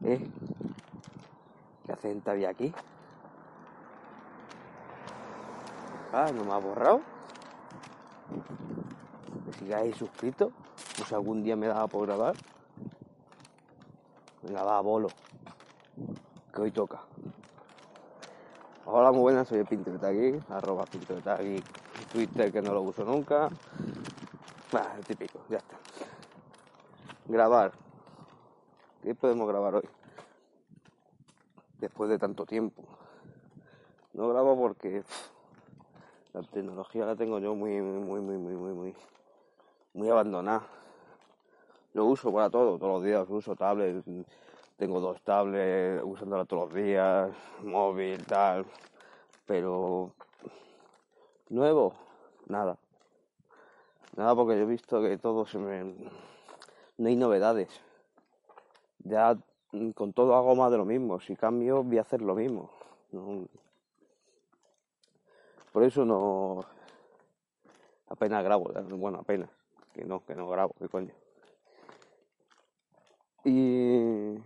¿Eh? ¿Qué hacen todavía aquí? Ah, ¿no me ha borrado? Que sigáis suscritos. No sé, algún día me daba por grabar. Venga, va, bolo. Que hoy toca. Hola, muy buenas, soy el Pintoretagui, @Pintoretagui, Twitter que no lo uso nunca. El típico, ya está. Grabar. ¿Qué podemos grabar hoy? Después de tanto tiempo. No grabo porque la tecnología la tengo yo muy abandonada. Lo uso para todo, todos los días uso tablet. Tengo 2 tablets, usándolas todos los días, móvil, tal. Pero nuevo, nada. Nada, porque yo he visto que todo no hay novedades. Ya con todo hago más de lo mismo. Si cambio, voy a hacer lo mismo. No. Por eso no. Apenas grabo. Bueno, apenas. Que no grabo, qué coño. Y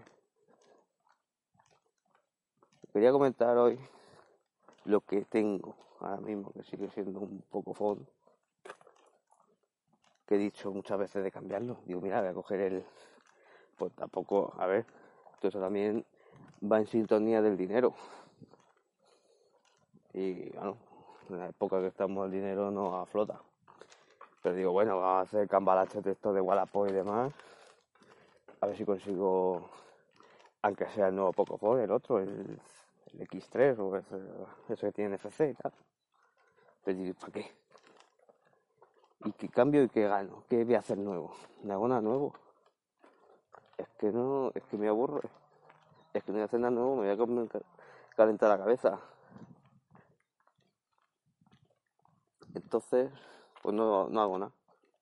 quería comentar hoy lo que tengo ahora mismo, que sigue siendo un poco phone. Que he dicho muchas veces de cambiarlo. Digo, mira, voy a coger pues tampoco, a ver, eso también va en sintonía del dinero. Y bueno, en la época que estamos el dinero no aflota. Pero digo, bueno, vamos a hacer cambalaches de esto de Wallapop y demás. A ver si consigo, aunque sea el nuevo Pocophone, el otro, el X3 o ese que tiene NFC y tal. Pero digo, ¿para qué? ¿Y qué cambio y qué gano? ¿Qué voy a hacer nuevo? ¿Me hago nada nuevo? Es que me aburro. Es que no voy a hacer nada nuevo, me voy a calentar la cabeza. Entonces, pues no hago nada.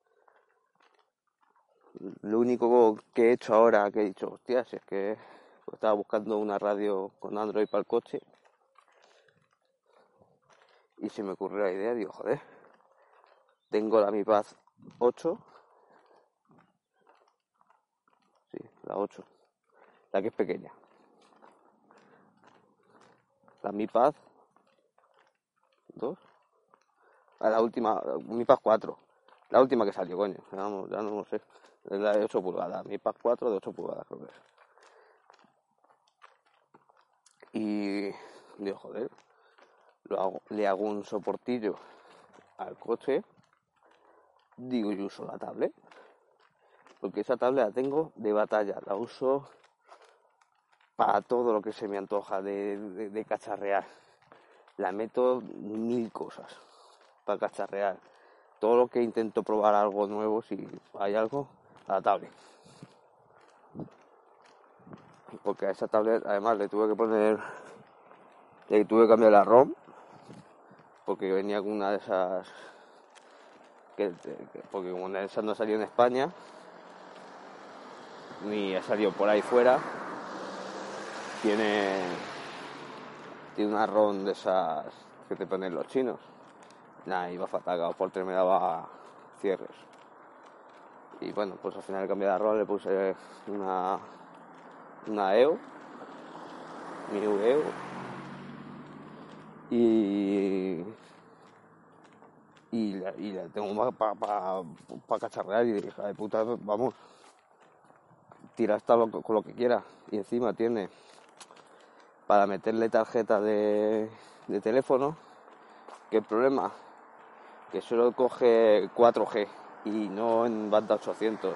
Lo único que he hecho ahora, que he dicho, hostias, es que estaba buscando una radio con Android para el coche y se me ocurrió la idea, digo, joder, tengo la Mi Pad 8, sí, la 8, la que es pequeña, la Mi Pad 2, la última, Mi Pad 4, la última que salió, coño, ya no lo sé, es la de 8 pulgadas, Mi Pad 4 de 8 pulgadas creo que es. Y digo, joder, le hago un soportillo al coche, digo, yo uso la tablet, porque esa tablet la tengo de batalla, la uso para todo lo que se me antoja de cacharrear. La meto 1000 cosas para cacharrear. Todo lo que intento probar algo nuevo, si hay algo, a la tablet. Porque a esa tablet además le tuve que cambiar la ROM, porque venía con una de esas porque como esa no salió en España ni ha salido por ahí fuera, tiene una ROM de esas que te ponen los chinos. Nada, iba fatal, por 3 me daba cierres. Y bueno, pues al final cambié de ROM, le puse una EO, mi EO, y la tengo para cacharrear y dije, de puta, vamos, tira hasta con lo que quiera. Y encima tiene para meterle tarjeta de teléfono, que el problema que solo coge 4G y no en banda 800,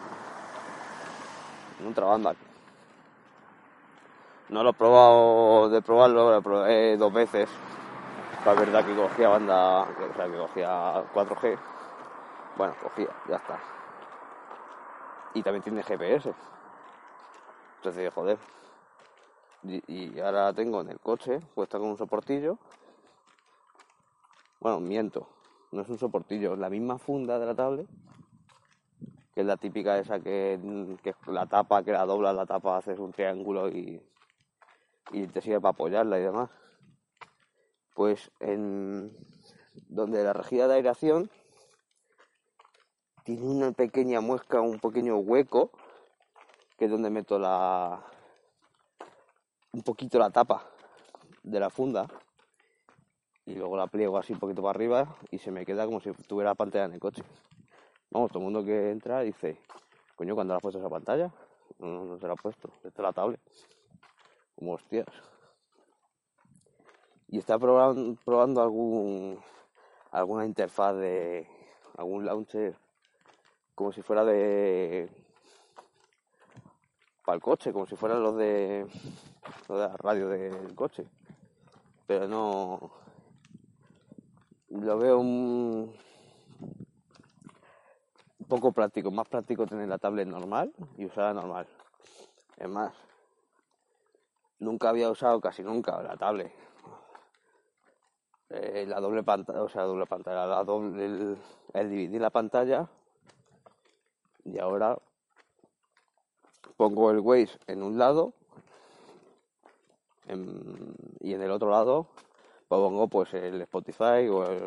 en otra banda. No lo he probado de probarlo, lo probé 2 veces. La verdad que cogía banda, o sea, que cogía 4G. Bueno, cogía, ya está. Y también tiene GPS. Entonces, joder. Y ahora la tengo en el coche, puesta con un soportillo. Bueno, miento. No es un soportillo, es la misma funda de la tablet, que es la típica esa que la tapa, que la doblas la tapa, haces un triángulo y te sirve para apoyarla y demás. Pues en donde la rejilla de aireación tiene una pequeña muesca, un pequeño hueco, que es donde meto la un poquito la tapa de la funda y luego la pliego así un poquito para arriba y se me queda como si tuviera pantalla en el coche. Vamos, todo el mundo que entra dice, coño, ¿cuándo le has puesto esa pantalla? No se la ha puesto, esta es la tablet. Como hostias. Y está probando alguna interfaz de algún launcher como si fuera para el coche, como si fueran los de la radio del coche. Pero no lo veo un poco práctico, más práctico tener la tablet normal y usarla normal. Es más, nunca había usado casi nunca la tablet. La doble pantalla, el dividir la pantalla, y ahora pongo el Waze en un lado y en el otro lado pongo pues el Spotify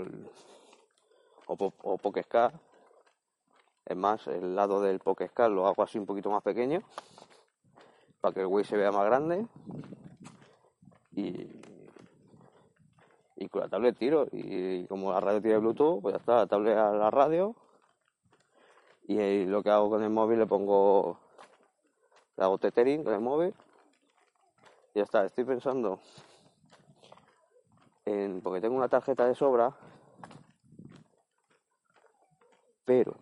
o Pocket Cast. Es más, el lado del Pocket Cast lo hago así un poquito más pequeño para que el Waze se vea más grande y con la tablet tiro, y como la radio tiene Bluetooth, pues ya está, la tablet a la radio, y lo que hago con el móvil le hago tethering con el móvil y ya está. Estoy pensando porque tengo una tarjeta de sobra, pero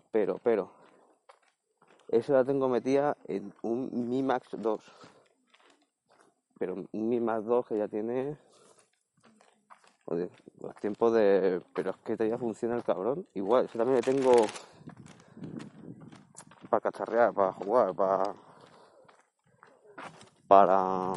esa la tengo metida en un Mi Max 2, pero un Mi Max 2 que ya tiene, joder, los tiempos pero es que todavía funciona el cabrón. Igual, ese también le tengo para cacharrear, para jugar, para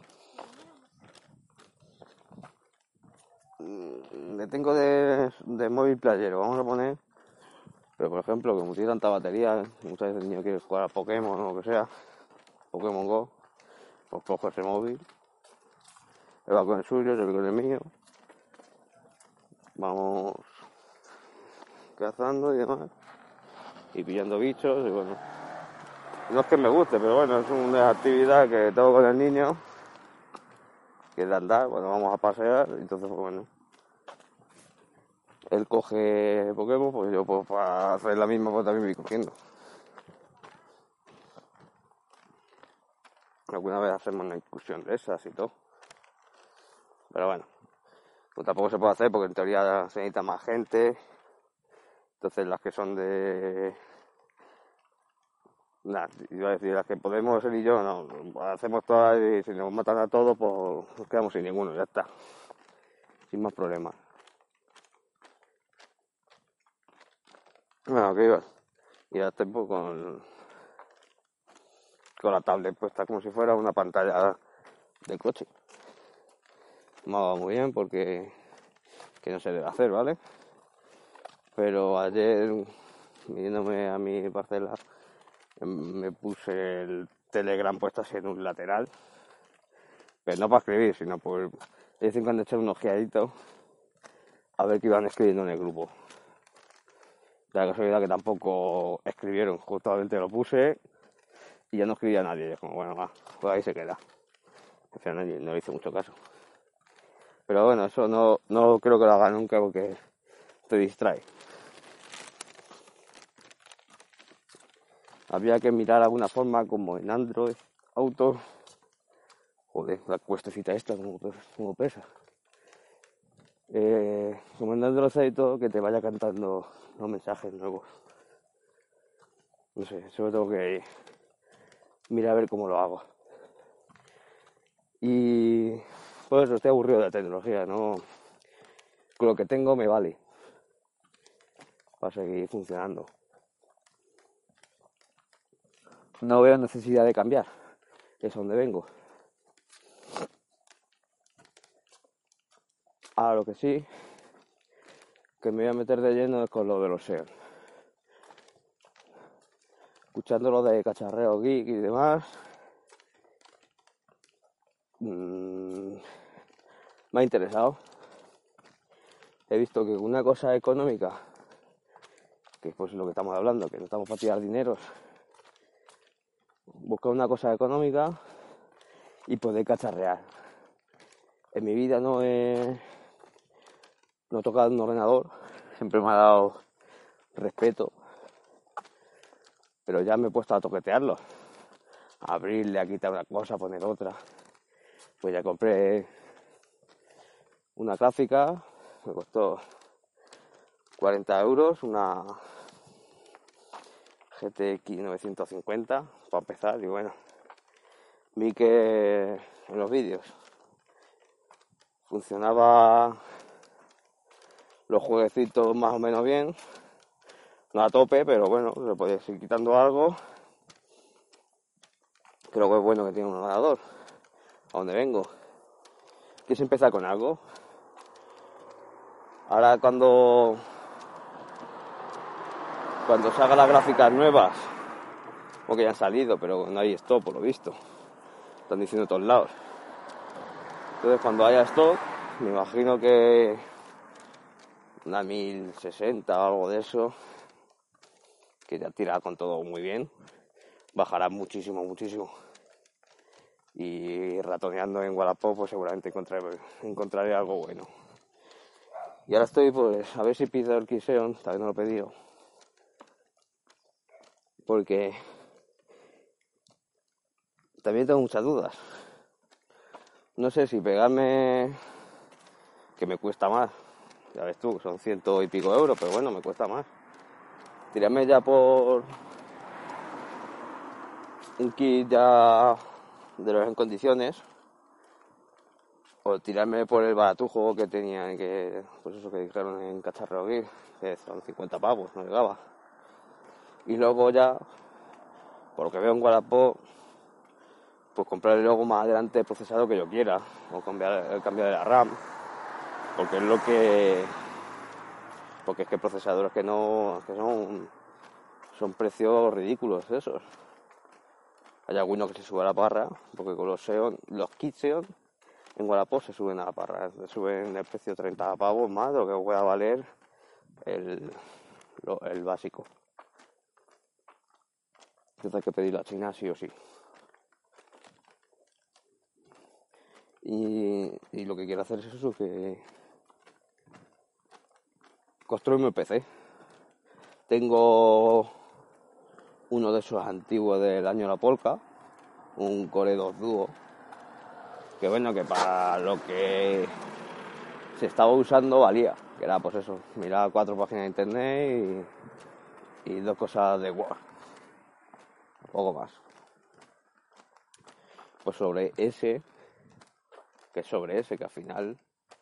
le tengo de móvil playero, vamos a poner. Pero por ejemplo, como tiene tanta batería, muchas veces el niño quiere jugar a Pokémon o lo que sea, Pokémon Go, pues cojo ese móvil, él va con el suyo, yo con el mío, vamos cazando y demás, y pillando bichos, y bueno, no es que me guste, pero bueno, es una actividad que tengo con el niño, que es de andar cuando vamos a pasear, entonces pues bueno, él coge Pokémon, pues yo pues para hacer la misma pues también voy cogiendo. Alguna vez hacemos una incursión de esas y todo, pero bueno, pues tampoco se puede hacer porque en teoría se necesita más gente. Entonces las que son iba a decir, las que podemos él y yo, no, hacemos todas, y si nos matan a todos, pues nos quedamos sin ninguno, ya está, sin más problemas. Bueno, que iba, y ya estoy pues, con la tablet puesta como si fuera una pantalla del coche. Me ha dado muy bien porque que no se debe hacer, ¿vale? Pero ayer, viniéndome a mi parcela, me puse el Telegram puesto así en un lateral, pero no para escribir, sino por de vez en cuando echar un ojeadito a ver qué iban escribiendo en el grupo. La casualidad que tampoco escribieron, justamente lo puse y ya no escribía nadie. Como bueno, va, pues ahí se queda. Al final no le hice mucho caso. Pero bueno, eso no creo que lo haga nunca porque te distrae. Habría que mirar alguna forma como en Android Auto. Joder, la cuestecita esta como pesa. Como en Android Auto, que te vaya cantando los mensajes nuevos. No sé, solo tengo que mirar a ver cómo lo hago. Y pues eso, estoy aburrido de la tecnología, ¿no? Con lo que tengo me vale para seguir funcionando. No veo necesidad de cambiar, es donde vengo. Ahora lo que sí, que me voy a meter de lleno es con lo de los SEO. Escuchando lo de cacharreo geek y demás, me ha interesado. He visto que una cosa económica, que es pues lo que estamos hablando, que no estamos para tirar dineros, buscar una cosa económica y poder cacharrear. En mi vida no he tocado un ordenador, siempre me ha dado respeto, pero ya me he puesto a toquetearlo, a abrirle, a quitar una cosa, a poner otra. Pues ya compré una gráfica, me costó 40 euros, una GTX 950 para empezar. Y bueno, vi que en los vídeos funcionaba los jueguecitos más o menos bien, no a tope, pero bueno, se podía ir quitando algo. Creo que es bueno que tiene un ordenador. A donde vengo, ¿quieres empezar con algo? Ahora cuando salgan las gráficas nuevas, porque ya han salido, pero no hay stock por lo visto, están diciendo de todos lados. Entonces cuando haya stock, me imagino que una 1060 o algo de eso, que ya tira con todo muy bien, bajará muchísimo. Y ratoneando en Wallapop, pues seguramente encontraré algo bueno. Y ahora estoy, pues, a ver si pido el Xeon, todavía no lo he pedido. Porque también tengo muchas dudas. No sé si pegarme, que me cuesta más. Ya ves tú, son 100 y pico euros, pero bueno, me cuesta más. Tirarme ya por un kit ya de los en condiciones, o tirarme por el baratujo que tenían, que pues eso que dijeron en Cacharreo Geek, que son 50 pavos, no llegaba. Y luego ya, por lo que veo en Wallapop, pues comprar luego más adelante el procesador que yo quiera, o cambiar la RAM, porque es que procesadores que son precios ridículos esos. Hay algunos que se suben a la parra, porque con los kits Xeon en Wallapop se suben a la parra, se suben el precio 30 pavos más de lo que pueda valer el básico. Entonces hay que pedirlo a China sí o sí. Y lo que quiero hacer es eso, que construirme el PC. Tengo uno de esos antiguos del año La Polka, un Core 2 Duo, que bueno, que para lo que se estaba usando valía, que era pues eso, mirar 4 páginas de internet y 2 cosas de Word, poco más. Pues sobre ese, que al final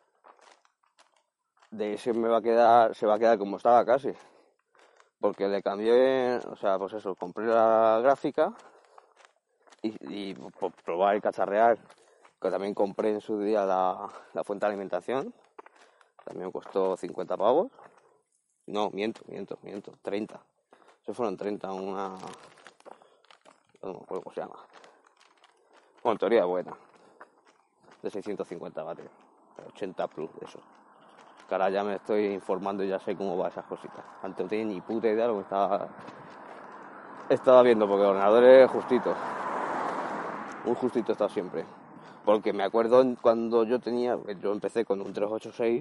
de ese se va a quedar como estaba casi, porque le cambié, o sea, pues eso, compré la gráfica y por probar y cacharrear, que también compré en su día la fuente de alimentación, también me costó 50 pavos, no, miento, 30, eso fueron 30, no me acuerdo cómo se llama, bueno, en teoría buena, de 650 vatios, 80 plus de eso. Que ahora ya me estoy informando y ya sé cómo va esas cositas. Antes no tenía ni puta idea de lo que estaba viendo, porque el ordenador es justito. Muy justito está siempre. Porque me acuerdo cuando yo empecé con un 386,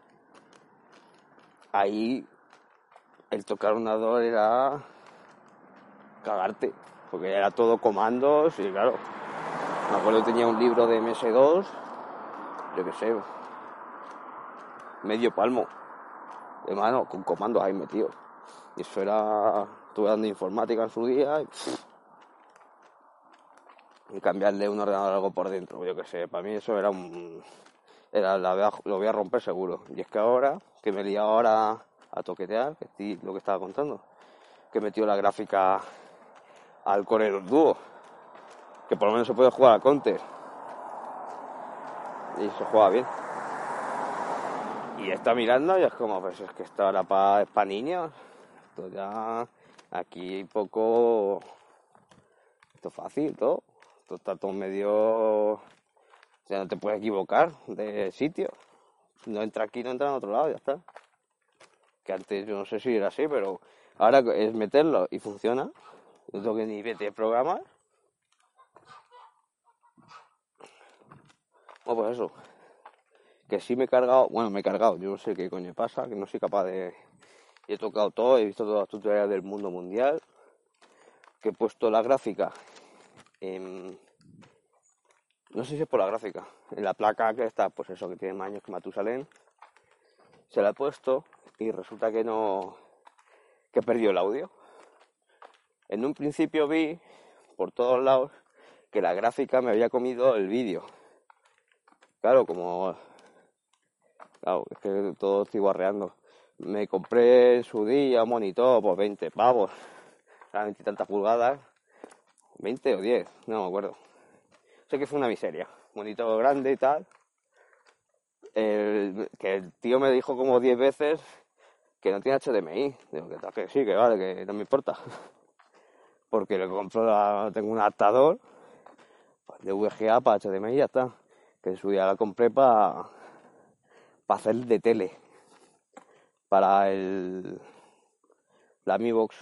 ahí el tocar ordenador era cagarte, porque era todo comandos y claro, me acuerdo que tenía un libro de MS2, yo qué sé, medio palmo de mano con comandos ahí metidos. Y eso estuve dando informática en su día y cambiarle un ordenador algo por dentro, yo qué sé, para mí eso lo voy a romper seguro. Y es que ahora, que me he liado ahora a toquetear, lo que estaba contando, que he metido la gráfica al Core 2 Duo, que por lo menos se puede jugar a Counter y se juega bien. Y está mirando y es como, pues es que esto ahora es para niños. Esto ya, aquí poco, esto es fácil, todo. Esto está todo medio, o sea, no te puedes equivocar de sitio. No entra aquí, no entra en otro lado, ya está. Que antes yo no sé si era así, pero ahora es meterlo y funciona. No tengo que ni vete programas. Bueno, pues eso, que sí me he cargado, yo no sé qué coño pasa, que no soy capaz de... He tocado todo, he visto todas las tutoriales del mundo mundial, que he puesto la gráfica en... No sé si es por la gráfica, en la placa que está, pues eso, que tiene más años que Matusalén, se la he puesto y resulta que no... que he perdido el audio. En un principio vi, por todos lados, que la gráfica me había comido el vídeo. Claro, como... Claro, es que todo estoy guarreando. Me compré en su día un monitor por 20 pavos. Era 20 y tantas pulgadas. 20 o 10, no me acuerdo. Sé que fue una miseria. Monitor grande y tal. Que el tío me dijo como 10 veces que no tiene HDMI. Digo, que sí, que vale, que no me importa. Porque le compro tengo un adaptador de VGA para HDMI y ya está. Que en su día la compré para hacer de tele. Para la Mi Box.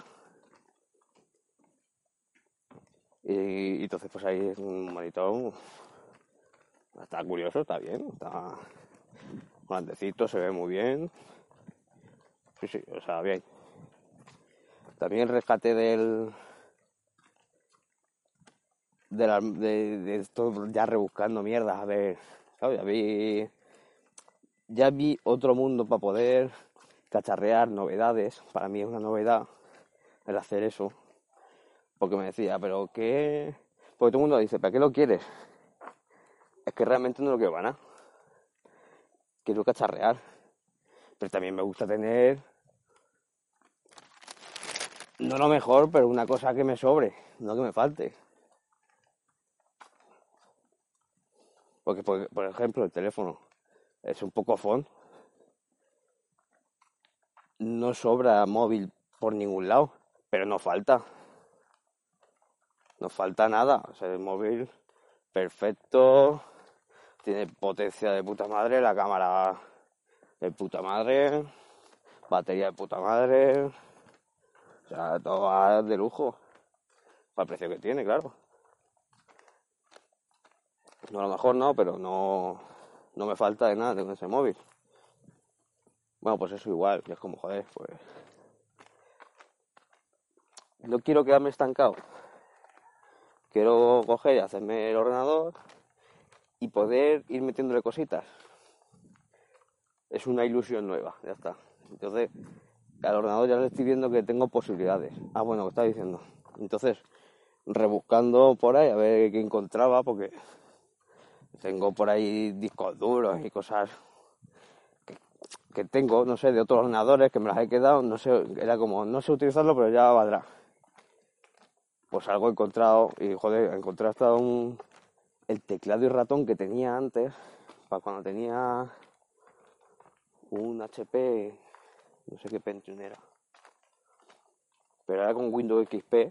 Y entonces pues ahí es un monitor. Está curioso, está bien, está grandecito, se ve muy bien. Sí, o sea, bien. También el rescate de esto ya rebuscando mierdas, a ver, claro, ya vi otro mundo para poder cacharrear novedades. Para mí es una novedad el hacer eso. Porque me decía, pero qué... Porque todo el mundo dice, ¿para qué lo quieres? Es que realmente no lo quiero ganar. Quiero cacharrear. Pero también me gusta tener, no lo mejor, pero una cosa que me sobre, no que me falte. Porque, por ejemplo, el teléfono es un poco phone. No sobra móvil por ningún lado, pero no falta. No falta nada. O sea, el móvil perfecto, tiene potencia de puta madre, la cámara de puta madre, batería de puta madre. O sea, todo va de lujo. Para el precio que tiene, claro. No, a lo mejor no, pero no me falta de nada con ese móvil. Bueno, pues eso igual, es como, joder, pues... No quiero quedarme estancado. Quiero coger y hacerme el ordenador y poder ir metiéndole cositas. Es una ilusión nueva, ya está. Entonces, al ordenador ya le estoy viendo que tengo posibilidades. Ah, bueno, ¿qué está diciendo? Entonces, rebuscando por ahí a ver qué encontraba, porque tengo por ahí discos duros y cosas que tengo, no sé, de otros ordenadores que me las he quedado, no sé, era como, no sé utilizarlo, pero ya valdrá. Pues algo he encontrado y, joder, encontré hasta el teclado y ratón que tenía antes, para cuando tenía un HP, no sé qué Pentium era, pero era con Windows XP.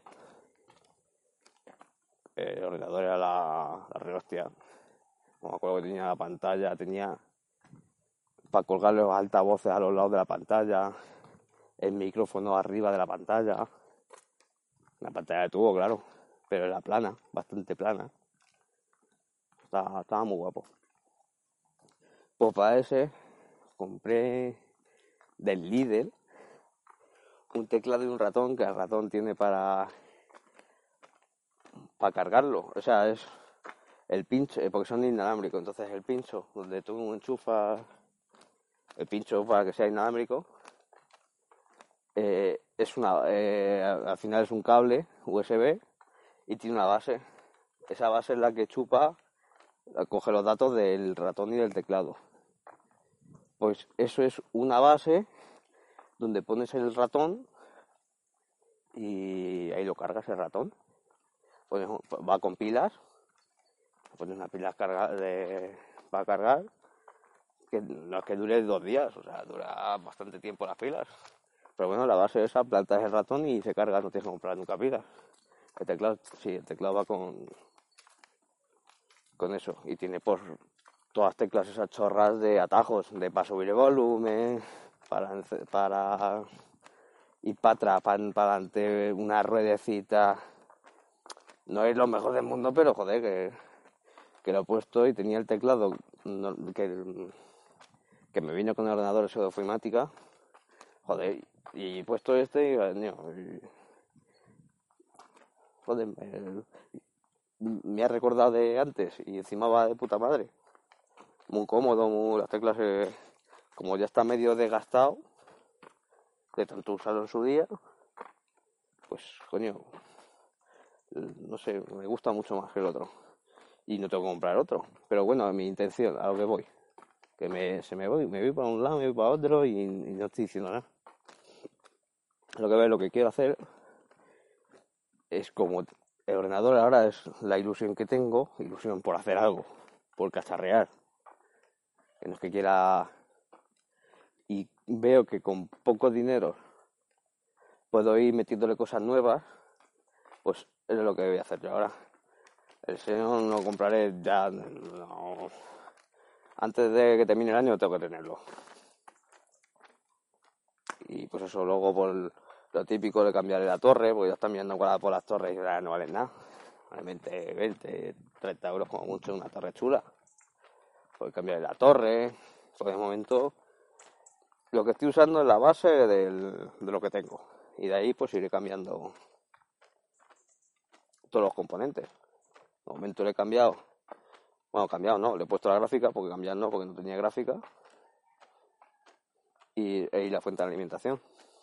El ordenador era la rehostia. No me acuerdo que tenía la pantalla, tenía para colgar los altavoces a los lados de la pantalla, el micrófono arriba de la pantalla, la pantalla de tubo, claro, pero era plana, bastante plana. Estaba muy guapo. Pues para ese compré del Lidl un teclado y un ratón, que el ratón tiene para cargarlo. O sea, es el pincho, porque son inalámbricos, entonces el pincho donde tú enchufas el pincho para que sea inalámbrico, al final es un cable USB y tiene una base. Esa base es la que coge los datos del ratón y del teclado. Pues eso es una base donde pones el ratón y ahí lo cargas el ratón. Va con pilas, pones unas pilas para cargar, que no es que dure 2 días, o sea, dura bastante tiempo las pilas. Pero bueno, la base esa, plantas el ratón y se carga, no tienes que comprar nunca pilas. El teclado, sí, el teclado va con eso. Y tiene por todas las teclas esas chorras de atajos, para subir el volumen, para ir para atrás, para adelante, una ruedecita. No es lo mejor del mundo, pero joder, que lo he puesto y tenía el teclado que me vino con el ordenador eso de ofimática. Joder, y he puesto este y, joder, me ha recordado de antes y encima va de puta madre. Muy cómodo, las teclas, como ya está medio desgastado de tanto usarlo en su día, pues coño, no sé, me gusta mucho más que el otro. Y no tengo que comprar otro. Pero bueno, mi intención, a lo que voy, que me voy para un lado, me voy para otro y no estoy diciendo nada. Lo que quiero hacer es, como el ordenador ahora es la ilusión que tengo, ilusión por hacer algo, por cacharrear, que no es que quiera, y veo que con poco dinero puedo ir metiéndole cosas nuevas, pues es lo que voy a hacer yo ahora. El Xenon lo compraré ya, no, antes de que termine el año tengo que tenerlo. Y pues eso, luego por lo típico de cambiarle la torre, porque ya están mirando por las torres y ya no valen nada. Realmente 20, 30 euros como mucho, una torre chula. Pues cambiarle la torre, porque de momento lo que estoy usando es la base de lo que tengo. Y de ahí pues iré cambiando todos los componentes. De momento le he cambiado. Bueno, cambiado no, le he puesto la gráfica, porque cambiar no, porque no tenía gráfica. Y la fuente de alimentación.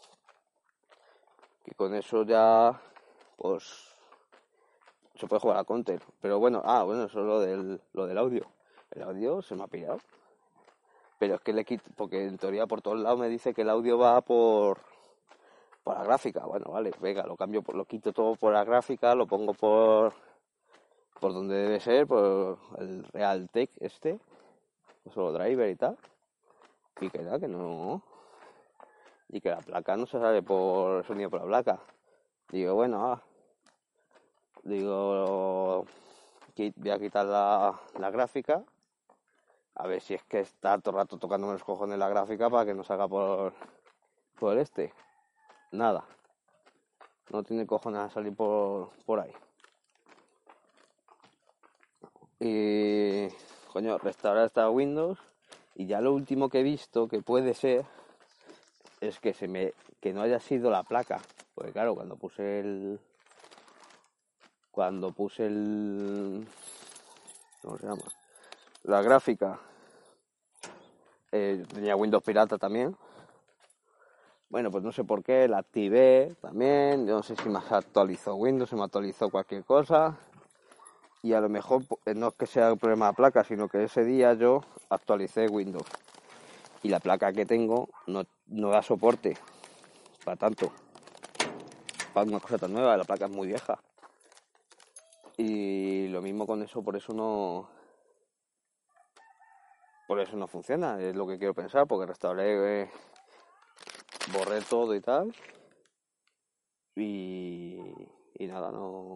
Y con eso ya, pues, se puede jugar a Counter. Pero bueno, eso es lo del audio. El audio se me ha pirado. Pero es que le quito, porque en teoría por todos lados me dice que el audio va por la gráfica. Bueno, vale, venga, lo quito todo por la gráfica, lo pongo por donde debe ser, por el Realtek solo driver y tal. Y que nada, que no. Y que la placa no se sale por sonido por la placa. Digo, bueno, digo, voy a quitar la gráfica, a ver si es que está todo el rato tocándome los cojones la gráfica para que no salga por nada, no tiene cojones a salir por ahí. Y coño, restaurar esta Windows. Y ya lo último que he visto que puede ser es que no haya sido la placa, porque claro, cuando puse el ¿cómo se llama? La gráfica, tenía Windows pirata también. Bueno, pues no sé por qué, la activé también. Yo no sé si me actualizó Windows, si me actualizó cualquier cosa. Y a lo mejor no es que sea el problema de la placa, sino que ese día yo actualicé Windows. Y la placa que tengo no da soporte para tanto. Para una cosa tan nueva, la placa es muy vieja. Y lo mismo con eso, por eso no funciona, es lo que quiero pensar, porque restauré, borré todo y tal. Y nada,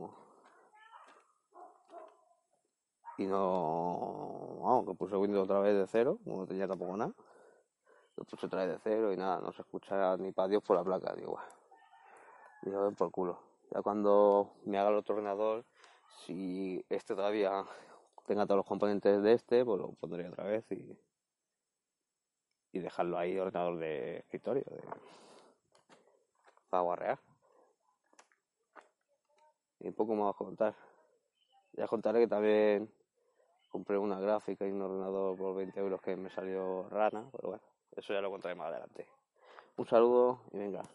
vamos, que puse Windows otra vez de cero, no tenía tampoco nada. Lo puse otra vez de cero y nada, no se escucha ni para Dios por la placa. Digo, ven por culo. Ya cuando me haga el otro ordenador, si este todavía tenga todos los componentes de este, pues lo pondré otra vez y dejarlo ahí, ordenador de escritorio, para guarrear. Y un poco más a contar. Ya contaré que también compré una gráfica y un ordenador por 20 euros que me salió rana, pero bueno, eso ya lo contaré más adelante. Un saludo y venga.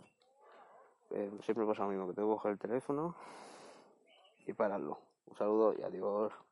Siempre pasa lo mismo, que tengo que coger el teléfono y pararlo. Un saludo y adiós.